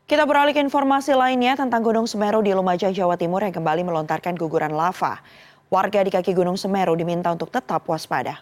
Kita beralih ke informasi lainnya tentang Gunung Semeru di Lumajang, Jawa Timur yang kembali melontarkan guguran lava. Warga di kaki Gunung Semeru diminta untuk tetap waspada.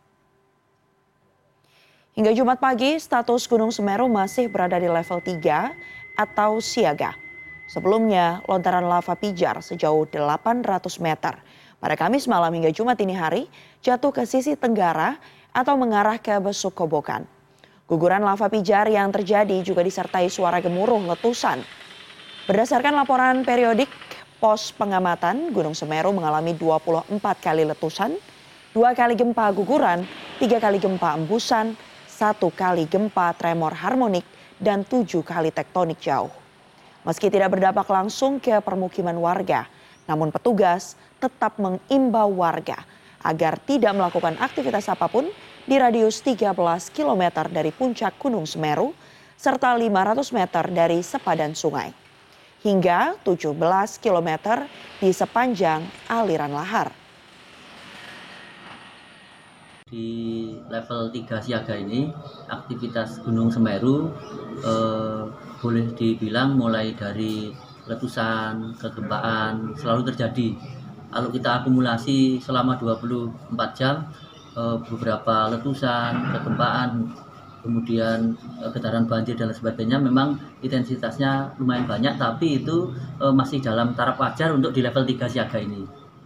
Hingga Jumat pagi, status Gunung Semeru masih berada di level 3 atau siaga. Sebelumnya, lontaran lava pijar sejauh 800 meter pada Kamis malam hingga Jumat dini hari jatuh ke sisi tenggara atau mengarah ke Besuk Kobokan. Guguran lava pijar yang terjadi juga disertai suara gemuruh letusan. Berdasarkan laporan periodik pos pengamatan, Gunung Semeru mengalami 24 kali letusan, 2 kali gempa guguran, 3 kali gempa embusan, 1 kali gempa tremor harmonik, dan 7 kali tektonik jauh. Meski tidak berdampak langsung ke permukiman warga, namun petugas tetap mengimbau warga agar tidak melakukan aktivitas apapun di radius 13 km dari puncak Gunung Semeru serta 500 meter dari sepadan sungai hingga 17 km di sepanjang aliran lahar. Di level 3 siaga ini, aktivitas Gunung Semeru boleh dibilang mulai dari letusan, kegempaan selalu terjadi. Kalau kita akumulasi selama 24 jam, beberapa letusan, kegempaan, kemudian getaran banjir dan sebagainya memang intensitasnya lumayan banyak, tapi itu masih dalam taraf wajar untuk di level 3 siaga ini.